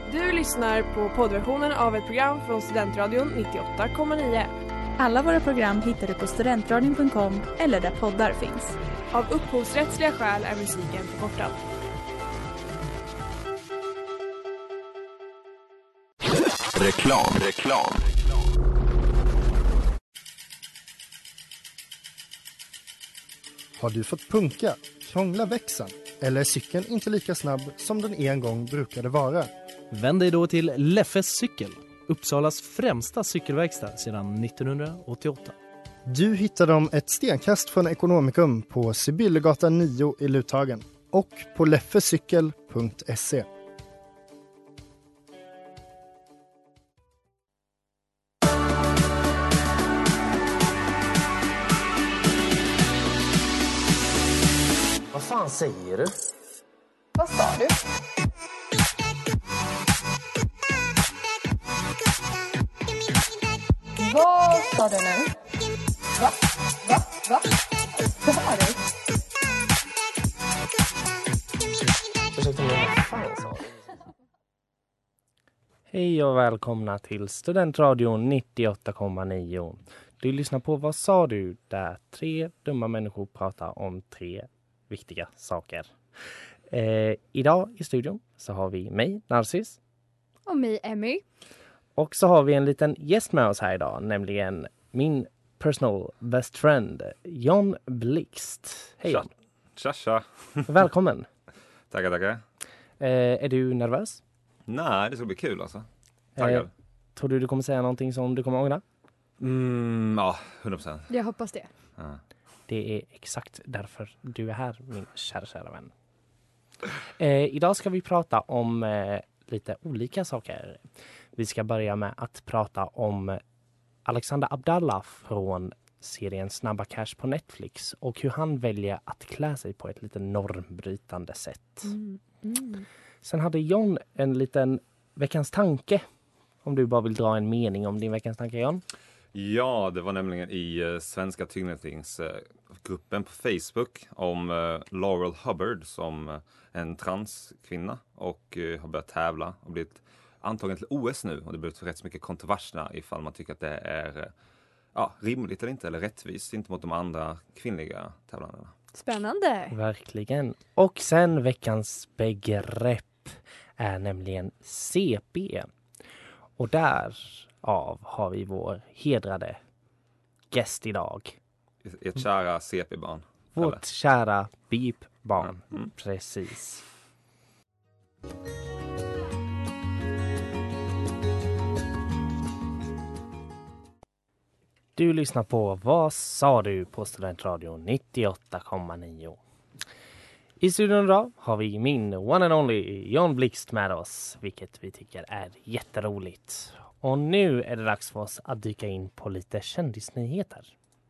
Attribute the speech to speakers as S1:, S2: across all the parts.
S1: Du lyssnar på poddversionen av ett program från Studentradion 98,9.
S2: Alla våra program hittar du på studentradion.com eller där poddar finns.
S1: Av upphovsrättsliga skäl är musiken förkortad.
S3: Reklam.
S4: Har du fått punka, krångla växeln eller är cykeln inte lika snabb som den en gång brukade vara?
S5: Vänd dig då till Leffes cykel, Uppsalas främsta cykelverkstad sedan 1988.
S4: Du hittar dem ett stenkast från Ekonomikum på Sibyllegatan 9 i Luthagen och på leffecykel.se.
S6: Vad fan säger du?
S7: Vad sa du? Vad sa du nu? Va? Vad sa du?
S6: Ursäkta mig, vad fan sa du?
S8: Hej och välkomna till Studentradion 98,9. Du lyssnar på Vad sa du? Där 3 dumma människor pratar om 3 viktiga saker. Idag i studion så har vi mig, Narcis.
S2: Och mig, Emmy.
S8: Och så har vi en liten gäst med oss här idag, nämligen min personal best friend, John Blixt. Hej John.
S9: Tja.
S8: Välkommen.
S9: Tackar.
S8: Är du nervös?
S9: Nej, det ska bli kul alltså. Taggad.
S8: Tror du kommer säga någonting som du kommer ångra?
S9: Ja, 100%.
S2: Jag hoppas det.
S9: Ja.
S8: Det är exakt därför du är här, min kära vän. Idag ska vi prata om lite olika saker. Vi ska börja med att prata om Alexander Abdallah från serien Snabba Cash på Netflix och hur han väljer att klä sig på ett lite normbrytande sätt. Sen hade John en liten veckans tanke. Om du bara vill dra en mening om din veckans tanke, John.
S9: Ja, det var nämligen i Svenska Tyngdlyftningsgruppen på Facebook om Laurel Hubbard som en transkvinna och har börjat tävla och blivit antagen till OS nu. Och det blivit rätt så mycket kontroverserna ifall man tycker att det är rimligt eller inte, eller rättvist, inte mot de andra kvinnliga tävlandena.
S2: Spännande.
S8: Verkligen. Och sen veckans begrepp är nämligen CP. Och därav har vi vår hedrade gäst idag.
S9: Ett kära CP-barn.
S8: Vårt
S9: eller?
S8: kära beep-barn. Precis. Du lyssnar på Vad sa du på Studentradion 98,9. I studion idag har vi min one and only John Blixt med oss, vilket vi tycker är jätteroligt. Och nu är det dags för oss att dyka in på lite kändisnyheter.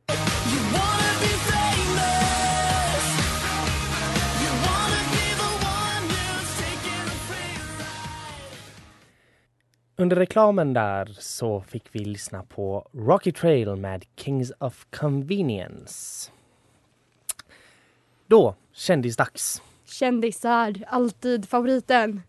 S8: Under reklamen där så fick vi lyssna på Rocky Trail med Kings of Convenience. Då, kändisdags.
S2: Kändisar, alltid favoriten.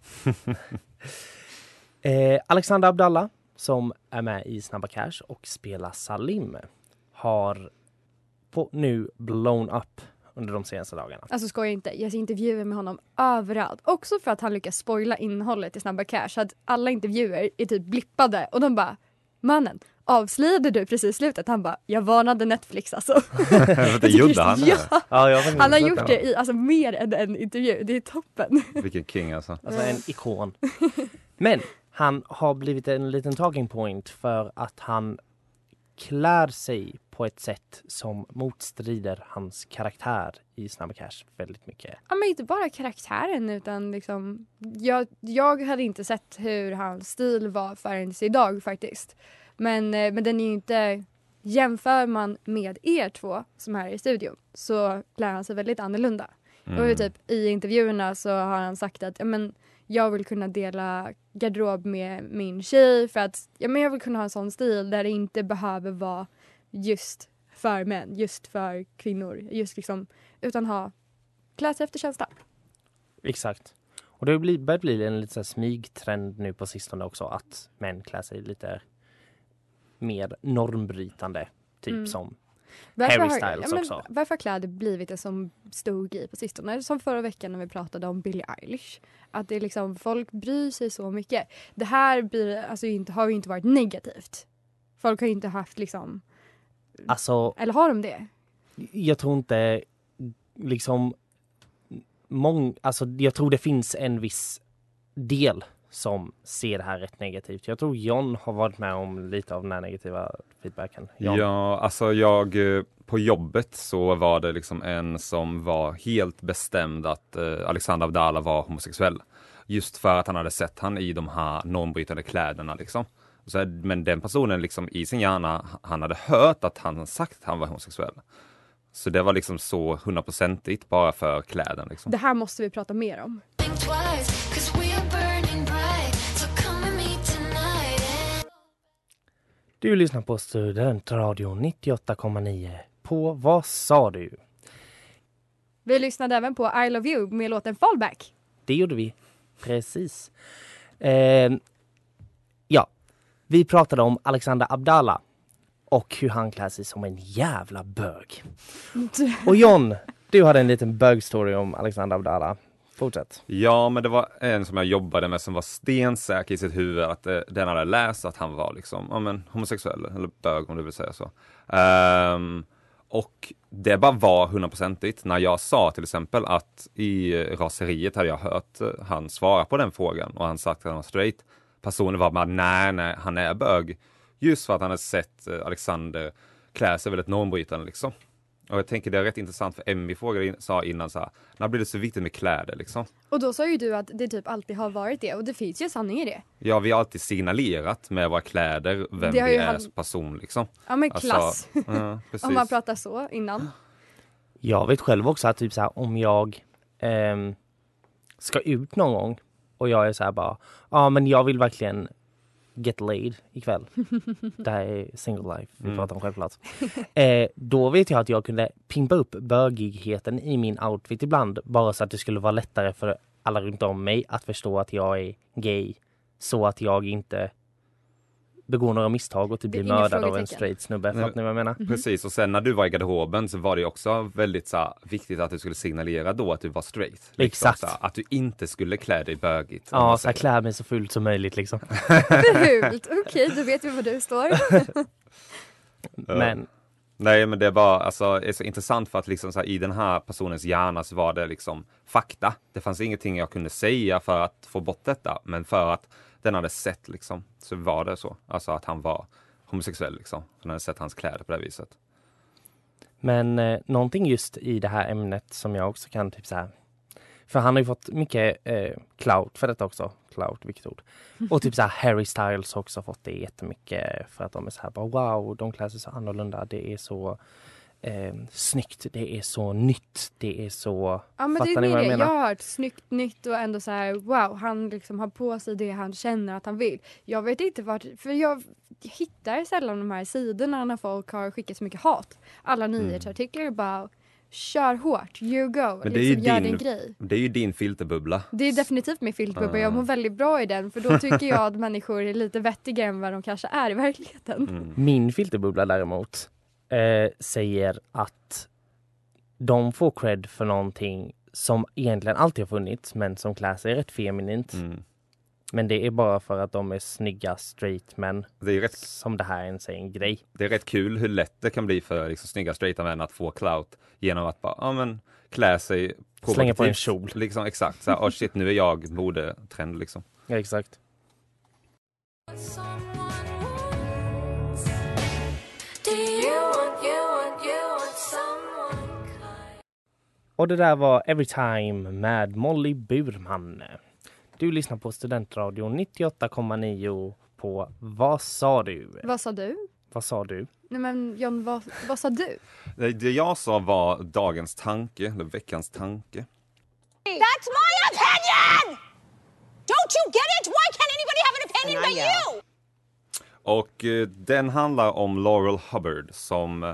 S8: Alexander Abdallah, som är med i Snabba Cash och spelar Salim, har nu blown up under de senaste dagarna.
S2: Alltså skojar inte, jag ser intervjuer med honom överallt. Också för att han lyckas spoila innehållet i Snabba Cash. Att alla intervjuer är typ blippade. Och de bara, mannen, avslöjade du precis slutet? Han bara, jag varnade Netflix alltså.
S9: Det gjorde han.
S2: Ja. Han har gjort
S8: det.
S2: det i alltså, mer än en intervju. Det är toppen.
S9: Vilken king alltså.
S8: Alltså en ikon. Men han har blivit en liten talking point för att han klär sig på ett sätt som motstrider hans karaktär i Snabba Cash väldigt mycket.
S2: Ja, men inte bara karaktären utan liksom, jag hade inte sett hur hans stil var förrän idag faktiskt. Men den är ju inte, jämför man med er två som är i studion så klär han sig väldigt annorlunda. Och typ i intervjuerna så har han sagt att jag vill kunna dela garderob med min tjej för att jag vill kunna ha en sån stil där det inte behöver vara just för män, just för kvinnor, just liksom, utan ha klä sig efter känsla.
S8: Exakt. Och det har börjat bli en lite så här smygtrend nu på sistone också att män klär sig lite mer normbrytande. Typ som Harry Styles också.
S2: Varför har kläder blivit en sån stor grej på sistone? Som förra veckan när vi pratade om Billie Eilish. Att det är liksom, folk bryr sig så mycket. Det här har ju inte varit negativt. Folk har ju inte haft liksom...
S8: Alltså,
S2: eller har de det?
S8: Jag tror inte liksom... jag tror det finns en viss del som ser det här rätt negativt. Jag tror John har varit med om lite av den här negativa feedbacken. John.
S9: Ja, alltså på jobbet så var det liksom en som var helt bestämd att Alexander Abdallah var homosexuell. Just för att han hade sett han i de här normbrytande kläderna liksom. Men den personen liksom i sin hjärna, han hade hört att han sagt att han var homosexuell. Så det var liksom så 100% bara för kläden liksom.
S2: Det här måste vi prata mer om.
S8: Du lyssnar på Studentradion 98,9 på Vad sa du?
S2: Vi lyssnade även på I Love You med låten Fallback.
S8: Det gjorde vi, precis. Vi pratade om Alexander Abdallah och hur han klär sig som en jävla bög. Och John, du hade en liten bögstory om Alexander Abdallah. Fortsätt.
S9: Ja, men det var en som jag jobbade med som var stensäker i sitt huvud att den hade läst att han var liksom, homosexuell eller bög om du vill säga så. Och det bara var 100% när jag sa till exempel att i raseriet hade jag hört han svara på den frågan och han sagt att han var straight. Personen var bara nej, han är bög. Just för att han hade sett Alexander klä sig väldigt normbrytande liksom. Och jag tänker det är rätt intressant för Emmy sa innan så här, när blir det så viktigt med kläder liksom?
S2: Och då sa ju du att det typ alltid har varit det och det finns ju sanning i det.
S9: Ja, vi har alltid signalerat med våra kläder vem vi är som person liksom.
S2: Ja, men klass.
S9: Precis.
S2: Om man pratar så innan.
S8: Jag vet själv också att typ så här, om jag ska ut någon gång och jag är så här bara, men jag vill verkligen get laid ikväll. Det här är single life, vi pratar om självklart. Då vet jag att jag kunde pimpa upp bögigheten i min outfit ibland. Bara så att det skulle vara lättare för alla runt om mig att förstå att jag är gay. Så att jag inte begår några misstag och typ blir mördad av en straight snubbe. Fattar ni vad jag menar?
S9: Precis, och sen när du var i garderoben så var det också väldigt så viktigt att du skulle signalera då att du var straight. Liksom,
S8: exakt.
S9: Så, att du inte skulle klä dig bögigt.
S8: Ja, så klä mig så fullt som möjligt liksom.
S2: Fult, okej, då vet vi var du står.
S8: Men
S9: nej, men det är bara det är så intressant för att liksom, så här, i den här personens hjärna så var det liksom fakta. Det fanns ingenting jag kunde säga för att få bort detta, men för att den hade sett liksom, så var det så. Alltså att han var homosexuell liksom. Den hade sett hans kläder på det viset.
S8: Men någonting just i det här ämnet som jag också kan typ så här. För han har ju fått mycket clout för detta också. Clout, vilket ord. Och typ så här Harry Styles har också fått det jättemycket för att de är så här bara wow, de klär sig så annorlunda. Det är så snyggt, det är så nytt, det är så...
S2: Ja, men det är det jag har hört. Snyggt, nytt och ändå så här wow, han liksom har på sig det han känner att han vill. Jag vet inte vart, för jag hittar sällan de här sidorna när folk har skickat så mycket hat. Alla nyhetsartiklar är bara kör hårt, you go.
S9: Men
S2: liksom, gör din grej.
S9: Det är ju din filterbubbla.
S2: Det är definitivt min filterbubbla. Jag mår väldigt bra i den. För då tycker jag att människor är lite vettigare än vad de kanske är i verkligheten.
S8: Min filterbubbla däremot säger att de får cred för någonting som egentligen alltid har funnits men som klär sig rätt feminint. Men det är bara för att de är snygga straight män.
S9: Det är rätt,
S8: som det här ens är en grej.
S9: Det är rätt kul hur lätt det kan bli för liksom, snygga straighta män att få clout genom att bara klä sig
S8: slänga på en kjol.
S9: Liksom, exakt. Så här, shit, nu är jag modetrend liksom.
S8: Ja, exakt. Och det där var Every Time med Molly Burman. Du lyssnar på Studentradion 98,9 på Vad sa du?
S2: Vad sa du?
S8: Vad sa du?
S2: Nej men John, vad sa du?
S9: Det jag sa var dagens tanke, eller veckans tanke.
S7: That's my opinion! Don't you get it? Why can't anybody have an opinion but you?
S9: Och den handlar om Laurel Hubbard som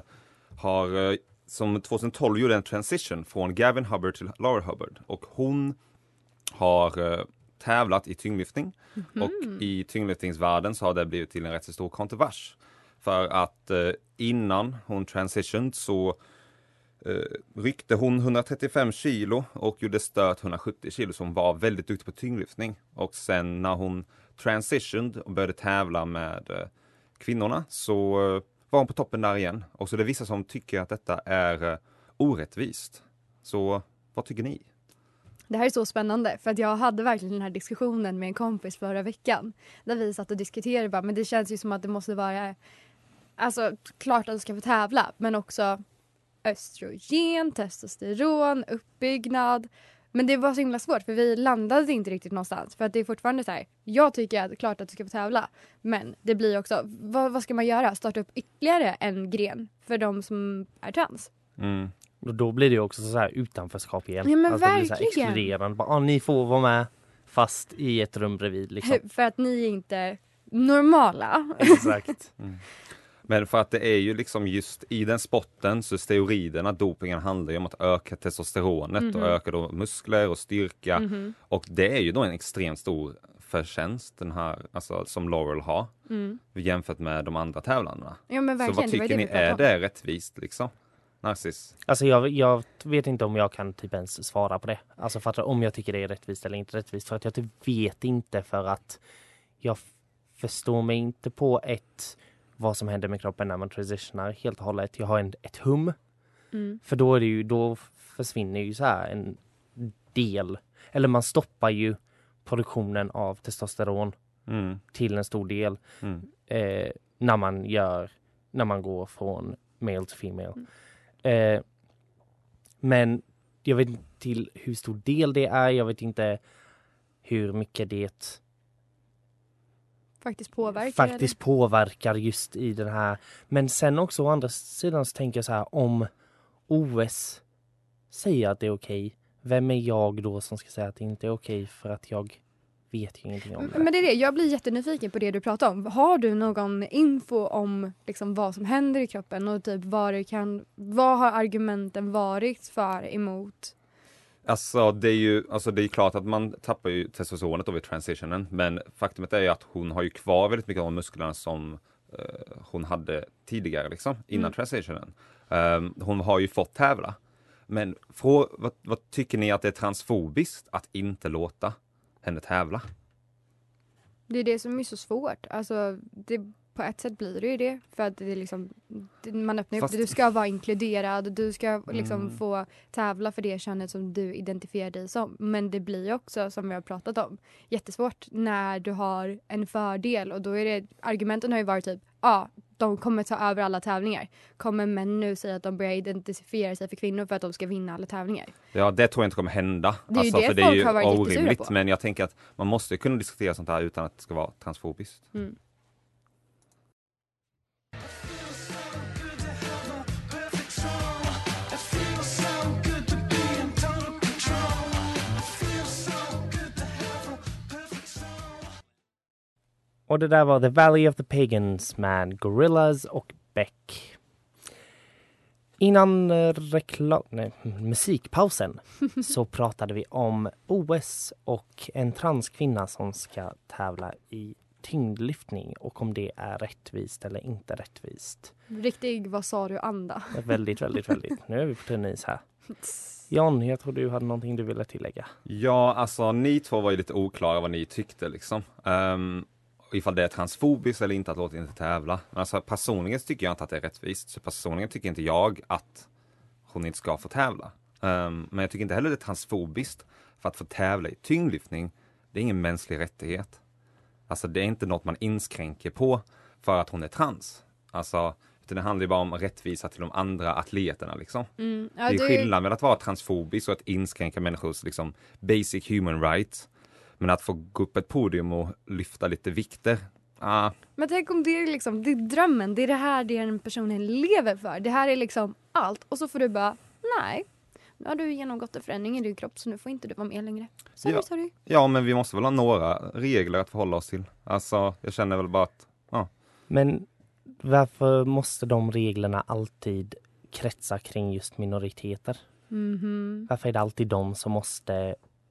S9: 2012 gjorde en transition från Gavin Hubbard till Laurel Hubbard. Och hon har tävlat i tyngdlyftning. Och i tyngdlyftningsvärlden så har det blivit till en rätt så stor kontrovers. För att innan hon transitioned så ryckte hon 135 kilo och gjorde stöt 170 kilo, som var väldigt duktig på tyngdlyftning. Och sen när hon transitioned och började tävla med kvinnorna så var hon på toppen där igen. Och så det är vissa som tycker att detta är orättvist. Så vad tycker ni?
S2: Det här är så spännande för att jag hade verkligen den här diskussionen med en kompis förra veckan. Där vi satt och diskuterade bara, men det känns ju som att det måste vara, alltså klart att du ska få tävla, men också östrogen, testosteron, uppbyggnad. Men det var så himla svårt för vi landade inte riktigt någonstans. För att det är fortfarande så här, jag tycker att klart att du ska få tävla. Men det blir också, vad ska man göra? Starta upp ytterligare en gren för de som är trans.
S8: Och då blir det ju också så här utanförskap igen.
S2: Ja men
S8: alltså,
S2: verkligen.
S8: Det blir så här exkluderande. Bara, ni får vara med fast i ett rum bredvid. Liksom.
S2: För att ni är inte normala.
S8: Exakt.
S9: Men för att det är ju liksom just i den sporten så steroiderna, dopingen handlar ju om att öka testosteronet och öka då muskler och styrka. Och det är ju då en extremt stor förtjänst den här, alltså, som Laurel har jämfört med de andra tävlarna.
S2: Ja, men verkligen,
S9: så vad tycker ni, är det rättvist liksom? Narcis?
S8: Alltså jag vet inte om jag kan typ ens svara på det. Alltså för att om jag tycker det är rättvist eller inte rättvist. För att jag typ vet inte, för att jag förstår mig inte på vad som händer med kroppen när man transitionar helt och hållet. Jag har ett hum. För då är det ju, då försvinner ju så här en del. Eller man stoppar ju produktionen av testosteron till en stor del. När man går från male till female. Men jag vet inte till hur stor del det är. Jag vet inte hur mycket det
S2: faktiskt
S8: påverkar just i den här. Men sen också å andra sidan så tänker jag så här, om OS säger att det är okej, vem är jag då som ska säga att det inte är okej, för att jag vet ju ingenting om det.
S2: Men det är det, jag blir jättenyfiken på det du pratar om. Har du någon info om liksom vad som händer i kroppen och typ vad har argumenten varit för emot?
S9: Alltså det är klart att man tappar ju testosteronet vid transitionen, men faktumet är ju att hon har ju kvar väldigt mycket av de musklerna som hon hade tidigare liksom, innan transitionen. Hon har ju fått tävla. Men vad tycker ni att det är transfobiskt att inte låta henne tävla?
S2: Det är det som är så svårt. Alltså, på ett sätt blir det ju det. För att det är liksom, man öppnar upp det. Du ska vara inkluderad. Du ska liksom få tävla för det könet som du identifierar dig som. Men det blir också, som vi har pratat om, jättesvårt när du har en fördel. Och då är det, argumenten har ju varit typ, de kommer ta över alla tävlingar. Kommer män nu säga att de börjar identifiera sig för kvinnor för att de ska vinna alla tävlingar?
S9: Ja, det tror jag inte kommer hända.
S2: Det är ju det
S9: för det
S2: folk
S9: är ju
S2: har varit jättesura
S9: orimligt.
S2: på.
S9: Men jag tänker att man måste kunna diskutera sånt här utan att det ska vara transfobiskt.
S8: Och det där var The Valley of the Pagans med Gorillaz och Beck. Innan musikpausen så pratade vi om OS och en transkvinna som ska tävla i tyngdlyftning och om det är rättvist eller inte rättvist.
S2: Riktig, vad sa du, anda?
S8: Väldigt, väldigt, väldigt. Nu är vi på tunn is här. Jan, jag tror du hade någonting du ville tillägga.
S9: Ja, alltså ni två var ju lite oklara vad ni tyckte liksom. Ifall det är transfobiskt eller inte att låta inte tävla. Men alltså personligen tycker jag inte att det är rättvist. Så personligen tycker inte jag att hon inte ska få tävla. Men jag tycker inte heller det är transfobiskt. För att få tävla i tyngdlyftning, det är ingen mänsklig rättighet. Alltså det är inte något man inskränker på för att hon är trans. Alltså, utan det handlar ju bara om rättvisa till de andra atleterna liksom.
S2: Ja,
S9: det är skillnad med att vara transfobisk och att inskränka människors liksom basic human rights. Men att få gå upp ett podium och lyfta lite vikter.
S2: Men tänk om det är liksom, det är drömmen. Det är det här den personen lever för. Det här är liksom allt. Och så får du bara, nej. Nu har du genomgått en förändring i din kropp så nu får inte du vara med längre. Sorry.
S9: Ja, men vi måste väl ha några regler att förhålla oss till. Alltså, jag känner väl bara att,
S8: Men varför måste de reglerna alltid kretsa kring just minoriteter? Varför är det alltid de som måste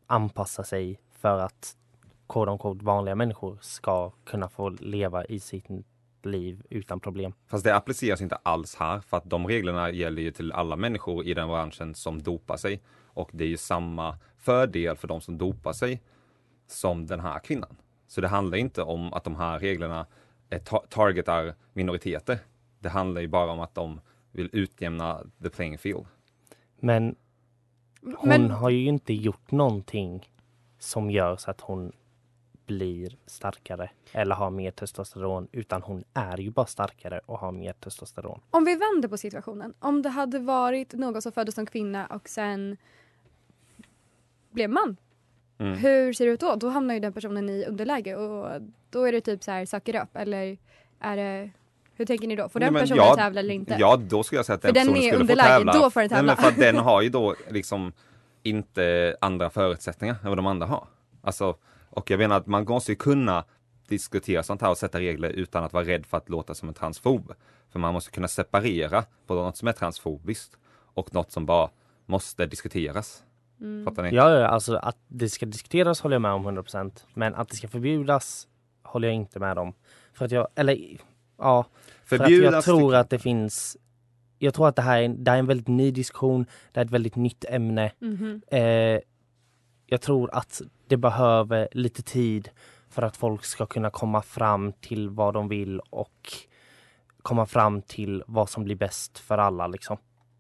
S8: anpassa sig för att quote on quote vanliga människor ska kunna få leva i sitt liv utan problem.
S9: Fast det appliceras inte alls här, för att de reglerna gäller ju till alla människor i den branschen som dopar sig. Och det är ju samma fördel för de som dopar sig som den här kvinnan. Så det handlar inte om att de här reglerna targetar minoriteter. Det handlar ju bara om att de vill utjämna the playing field.
S8: Men hon har ju inte gjort någonting som gör så att hon blir starkare eller har mer testosteron, utan hon är ju bara starkare och har mer testosteron.
S2: Om vi vänder på situationen, om det hade varit någon som föddes som kvinna och sen blev man, hur ser det ut då? Då hamnar ju den personen i underläge och då är det typ så här suck it up, eller är det, hur tänker ni då? Får den personen tävla eller inte?
S9: Ja, då skulle jag säga att den
S2: personen
S9: skulle
S2: underläge,
S9: få tävla.
S2: då får den tävla.
S9: Nej, men för att den har ju då liksom inte andra förutsättningar än vad de andra har. Alltså, och jag menar att man måste ju kunna diskutera sånt här och sätta regler utan att vara rädd för att låta som en transfob. För man måste kunna separera på något som är transfobiskt och något som bara måste diskuteras. Fattar ni?
S8: Ja, alltså att det ska diskuteras håller jag med om 100%. Men att det ska förbjudas håller jag inte med om. För att jag tror att det finns... Jag tror att det här är en väldigt ny diskussion. Det är ett väldigt nytt ämne. Jag tror att det behöver lite tid för att folk ska kunna komma fram till vad de vill och komma fram till vad som blir bäst för alla liksom.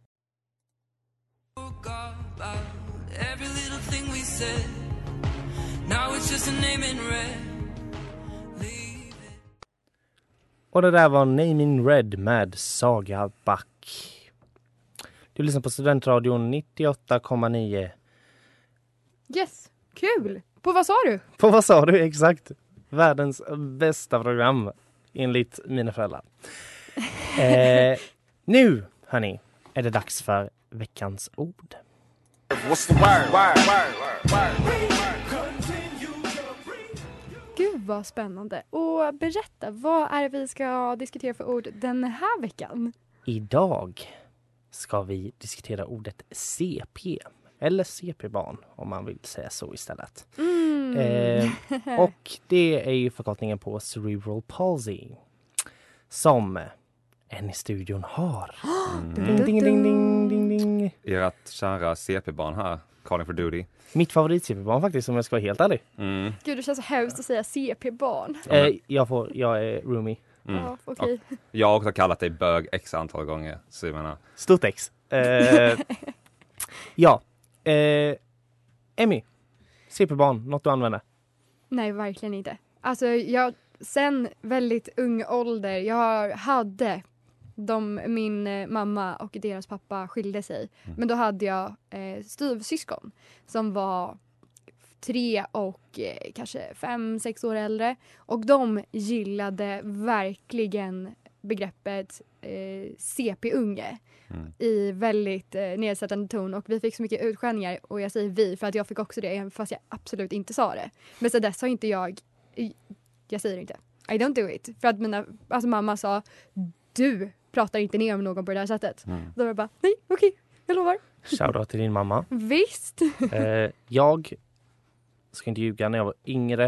S8: Och det där var Name in Red med Saga Back. Du lyssnar på Studentradion 98,9.
S2: Yes, kul! På vad sa du?
S8: På vad sa du exakt? Världens bästa program enligt mina föräldrar. Nu, hörni, är det dags för veckans ord.
S2: Gud vad spännande. Och berätta, vad är det vi ska diskutera för ord den här veckan?
S8: Idag ska vi diskutera ordet CP. Eller CP-barn om man vill säga så istället. Och det är ju förkortningen på cerebral palsy. Som en i studion har. Ding, ding, ding, ding, ding, ding.
S9: Ert kära CP-barn här, calling for duty.
S8: Mitt favorit-CP-barn faktiskt, om jag ska vara helt ärlig.
S2: Gud, det känns så hemskt att säga CP-barn.
S8: Jag är roomie.
S2: Ja, okej.
S9: Jag har också kallat dig bög x antal gånger. Så jag menar...
S8: Stort X. Ja. Emmy, CP-barn, något du använder?
S2: Nej, verkligen inte. Alltså, sen väldigt ung ålder, jag hade min mamma och deras pappa skilde sig. Men då hade jag styvsyskon som var 3 och kanske 5-6 år äldre. Och de gillade verkligen begreppet CP-unge i väldigt nedsättande ton. Och vi fick så mycket utskällningar, och jag säger vi för att jag fick också det, fast jag absolut inte sa det. Men så dess har inte jag säger inte. I don't do it. För att mamma sa, du pratar inte ner om någon på det här sättet. Då var jag bara, nej, okej, jag lovar.
S8: Shoutout till din mamma.
S2: Visst.
S8: Jag ska inte ljuga, när jag var yngre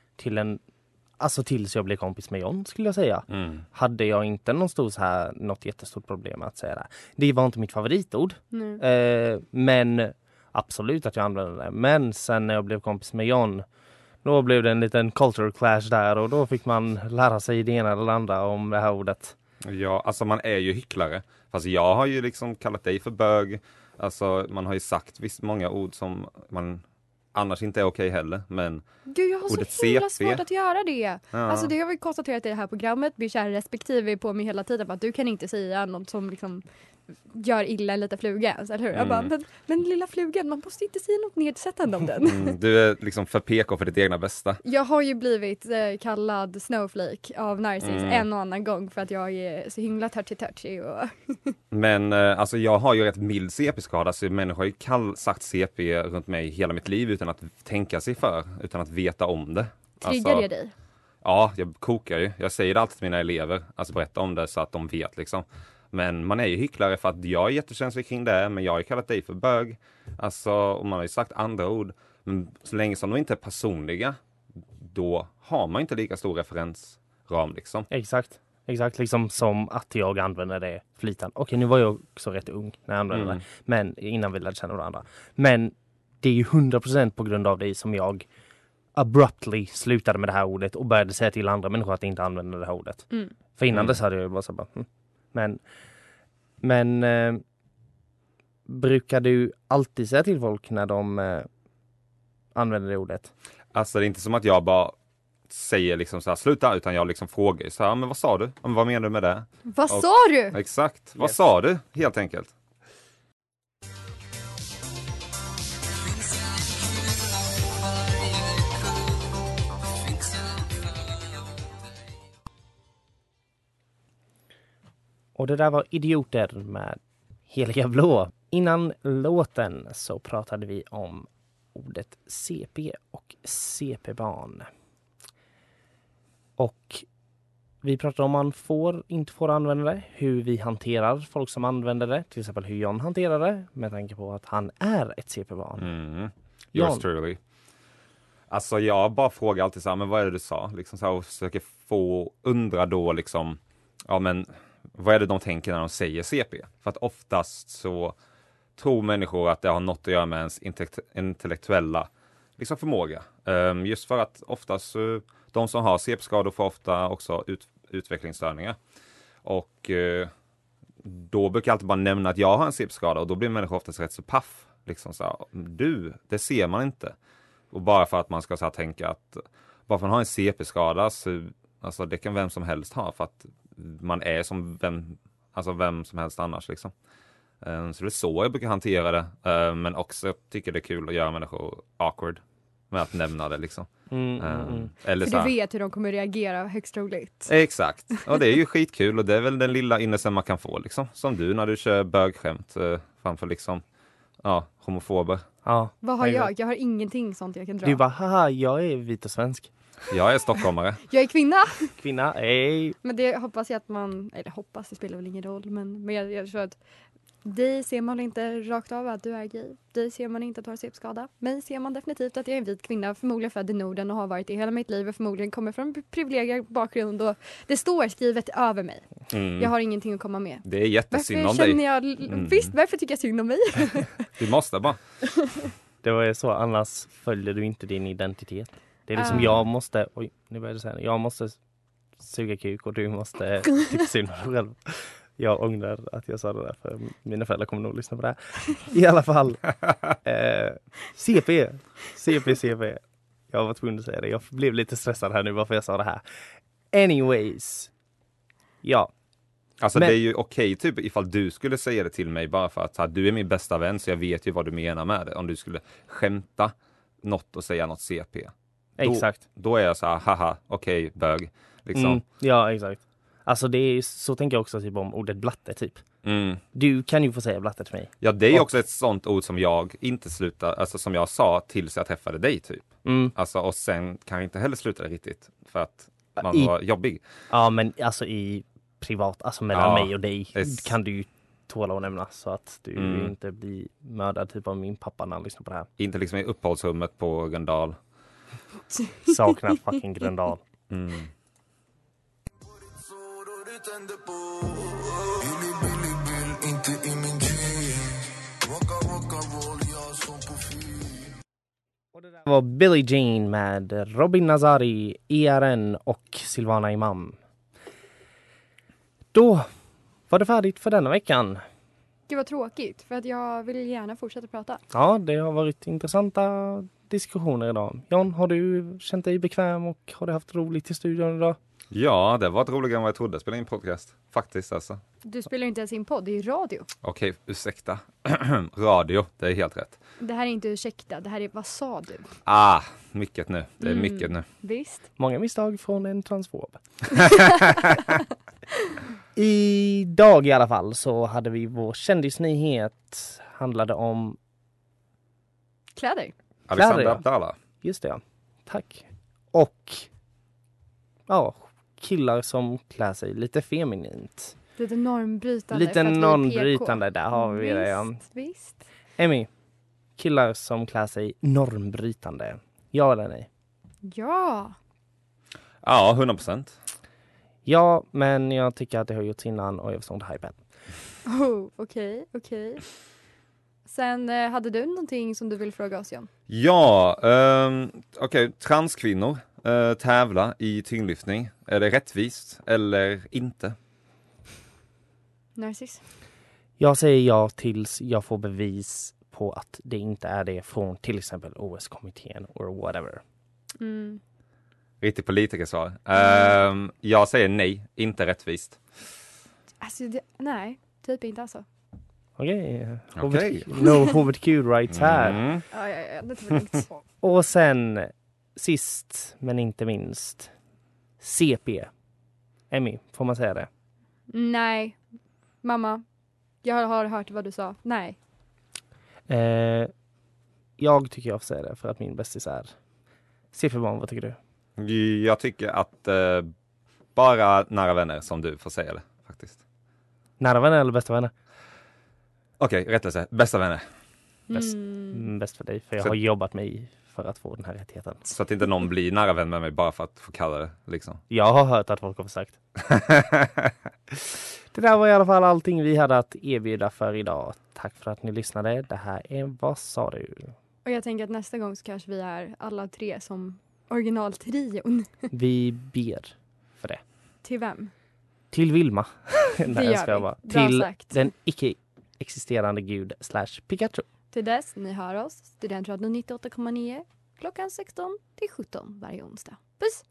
S8: tills jag blev kompis med John, skulle jag säga. Hade jag inte något jättestort problem att säga det. Det var inte mitt favoritord. Men absolut att jag använde det. Men sen när jag blev kompis med John, då blev det en liten culture clash där, och då fick man lära sig det ena eller det andra om det här ordet.
S9: Ja, alltså man är ju hycklare. Fast jag har ju liksom kallat dig för bög. Alltså man har ju sagt visst många ord som man annars inte är okej heller. Men
S2: gud, jag har
S9: ordet
S2: så himla
S9: CP,
S2: svårt att göra det.
S9: Ja.
S2: Alltså det har vi konstaterat i det här programmet. Vi kär respektive på mig hela tiden. Att du kan inte säga något som liksom gör illa en liten fluga. Eller hur? Jag bara, men lilla flugan, man måste inte säga något nedsättande om den.
S9: Du är liksom för PK för ditt egna bästa.
S2: Jag har ju blivit kallad Snowflake av Narcis en och annan gång för att jag är så himla touchy och...
S9: Men alltså jag har ju rätt mild CP-skada, så människor har ju sagt CP runt mig hela mitt liv utan att tänka sig för, utan att veta om det.
S2: Triggar det dig?
S9: Ja, jag kokar ju. Jag säger det alltid till mina elever, alltså berätta om det så att de vet liksom. Men man är ju hycklare för att jag är jättekänslig kring det, men jag har ju kallat dig för bög. Alltså, och man har ju sagt andra ord. Men så länge som de inte är personliga, då har man inte lika stor referensram liksom.
S8: Exakt, liksom som att jag använder det flitan. Okej, nu var jag också rätt ung när jag använde det, men innan vi lärde känna varandra. Men det är ju 100% på grund av det som jag abruptly slutade med det här ordet och började säga till andra människor att inte använda det här ordet. För innan dess hade jag ju bara så Men brukar du alltid säga till folk när de använder det ordet?
S9: Alltså det är inte som att jag bara säger liksom så här, sluta, utan jag liksom frågar så här, men vad sa du? Men vad menar du med det?
S2: Vad sa du?
S9: Exakt, vad sa du? Helt enkelt.
S8: Och det där var Idioter med Heliga Blå. Innan låten så pratade vi om ordet CP och CP-barn. Och vi pratade om man inte får använda det, hur vi hanterar folk som använder det, till exempel hur John hanterar det, med tanke på att han är ett CP-barn.
S9: Yours truly. Alltså jag bara frågar alltid så här, men vad är det du sa? Liksom så här, och försöker undra då liksom, ja men vad är det de tänker när de säger CP? För att oftast så tror människor att det har något att göra med ens intellektuella liksom förmåga. Just för att oftast de som har CP-skador får ofta också utvecklingsstörningar. Och då brukar jag alltid bara nämna att jag har en CP-skada och då blir människor oftast rätt så paff. Liksom så här, det ser man inte. Och bara för att man ska så här tänka att bara för att man har en CP-skada så alltså det kan vem som helst ha för att man är som vem som helst annars liksom. Så det är så jag brukar hantera det. Men också tycker det är kul att göra människor awkward med att nämna det liksom. Eller
S2: för
S9: så
S2: du vet hur de kommer reagera högst troligt.
S9: Exakt. Och det är ju skitkul och det är väl den lilla innesen man kan få liksom. Som du när du kör bögskämt framför liksom homofober.
S8: Ja.
S2: Vad har jag? Jag har ingenting sånt jag kan dra.
S8: Du bara, haha, jag är vit och svensk.
S9: Jag är stockholmare.
S2: Jag är kvinna.
S8: Kvinna, ej.
S2: Men det hoppas jag att det spelar väl ingen roll. Men jag tror att dig ser man inte rakt av att du är gay. Dig ser man inte att du har CP-skada. Mig ser man definitivt att jag är en vit kvinna. Förmodligen född i Norden och har varit i hela mitt liv. Och förmodligen kommer från en privilegierad bakgrund. Och det står skrivet över mig. Jag har ingenting att komma med.
S9: Det är jättesynd om dig.
S2: Visst, varför tycker jag synd om mig?
S9: Du måste bara.
S8: Det var ju så, annars följer du inte din identitet. Det är liksom jag måste suga kuk och du måste tycka synd om dig själv. Jag ångrar att jag sa det där för mina föräldrar kommer nog lyssna på det här. I alla fall. CP. Jag var tvungen att säga det. Jag blev lite stressad här nu varför jag sa det här. Anyways. Ja.
S9: Alltså det är ju okej typ ifall du skulle säga det till mig bara för att du är min bästa vän så jag vet ju vad du menar med det. Om du skulle skämta något och säga något CP.
S8: Exakt.
S9: Då är jag så här, haha, okej, bög. Liksom.
S8: Ja, exakt. Alltså det är så tänker jag också typ om ordet blatte typ. Du kan ju få säga blatte till mig.
S9: Ja, det är också ett sånt ord som jag inte slutar, alltså som jag sa tills jag träffade dig typ. Alltså och sen kan jag inte heller sluta det riktigt för att man var jobbig.
S8: Ja, men alltså i privat, alltså mellan mig och dig kan du ju tåla att nämna så att du inte blir mördad typ av min pappa när han lyssnar på det här.
S9: Inte liksom i uppehållsrummet på Gröndal.
S8: Saknar fucking Gröndal. Det var Billie Jean med Robin Nazari, ERN och Silvana Imam. Då var det färdigt för denna veckan.
S2: Gud vad tråkigt, för att jag vill gärna fortsätta prata.
S8: Ja, det har varit intressanta diskussioner idag. John, har du känt dig bekväm och har du haft roligt i studion idag?
S9: Ja, det var roligare än vad jag trodde att spela in podcast. Faktiskt alltså.
S2: Du spelar inte ens in podd, det är radio.
S9: Okej, ursäkta. Radio, det är helt rätt.
S2: Det här är inte ursäkta, det här är vad sa du?
S9: Mycket nu. Det är mycket nu.
S2: Visst.
S8: Många misstag från en transfob. Idag i alla fall så hade vi vår kändisnyhet. Handlade om
S2: kläder.
S9: Alexander Abdallah.
S8: Just det, ja. Tack. Och killar som klär sig lite feminint.
S2: Lite normbrytande.
S8: Lite normbrytande, där har vi det. Ja.
S2: Visst.
S8: Emmy, killar som klär sig normbrytande. Ja eller nej?
S2: Ja.
S9: Ja, 100%.
S8: Ja, men jag tycker att det har gjorts innan och jag förstår inte hypen.
S2: Okej. Sen hade du någonting som du vill fråga oss, John?
S9: Ja, okej. Transkvinnor tävla i tyngdlyftning. Är det rättvist eller inte?
S2: Narciss?
S8: Jag säger ja tills jag får bevis på att det inte är det från till exempel OS-kommittén or whatever.
S2: Mm.
S9: Riktigt politikersvar. Jag säger nej, inte rättvist.
S2: Alltså, nej. Typ inte alltså.
S8: Okej.
S9: Okej.
S8: No HBTQ rights här.
S9: Mm.
S2: Ja, det var lugnt.
S8: Och sen, sist men inte minst, CP. Emmy, får man säga det?
S2: Nej. Mamma, jag har hört vad du sa. Nej.
S8: Jag tycker jag får säga det för att min bästis är CP-barn. Vad tycker du?
S9: Jag tycker att bara nära vänner som du får säga det, faktiskt.
S8: Nära vänner eller bästa vänner?
S9: Okej, rättelse. Bästa vänner.
S8: Bäst för dig, för jag
S9: Så-
S8: har jobbat mig för att få den här rättigheten.
S9: Så att inte någon blir nära vän med mig bara för att få kalla det, liksom.
S8: Jag har hört att folk har sagt. Det där var i alla fall allting vi hade att erbjuda för idag. Tack för att ni lyssnade. Det här är Vad sa du?
S2: Och jag tänker att nästa gång så kanske vi är alla tre som originaltrion.
S8: Vi ber för det.
S2: Till vem?
S8: Till Vilma.
S2: Det gör vi. Bra
S8: Till
S2: sagt.
S8: den icke-existerande gud / Pikachu.
S2: Till dess, ni hör oss. Studentradion 98,9 klockan 16 till 17 varje onsdag. Puss!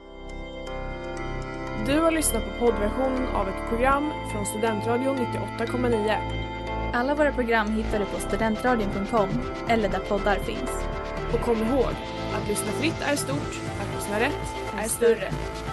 S1: Du har lyssnat på poddversionen av ett program från Studentradion 98,9.
S3: Alla våra program hittar du på studentradion.com eller där poddar finns.
S1: Och kom ihåg, att lyssna fritt är stort, att lyssna rätt är större.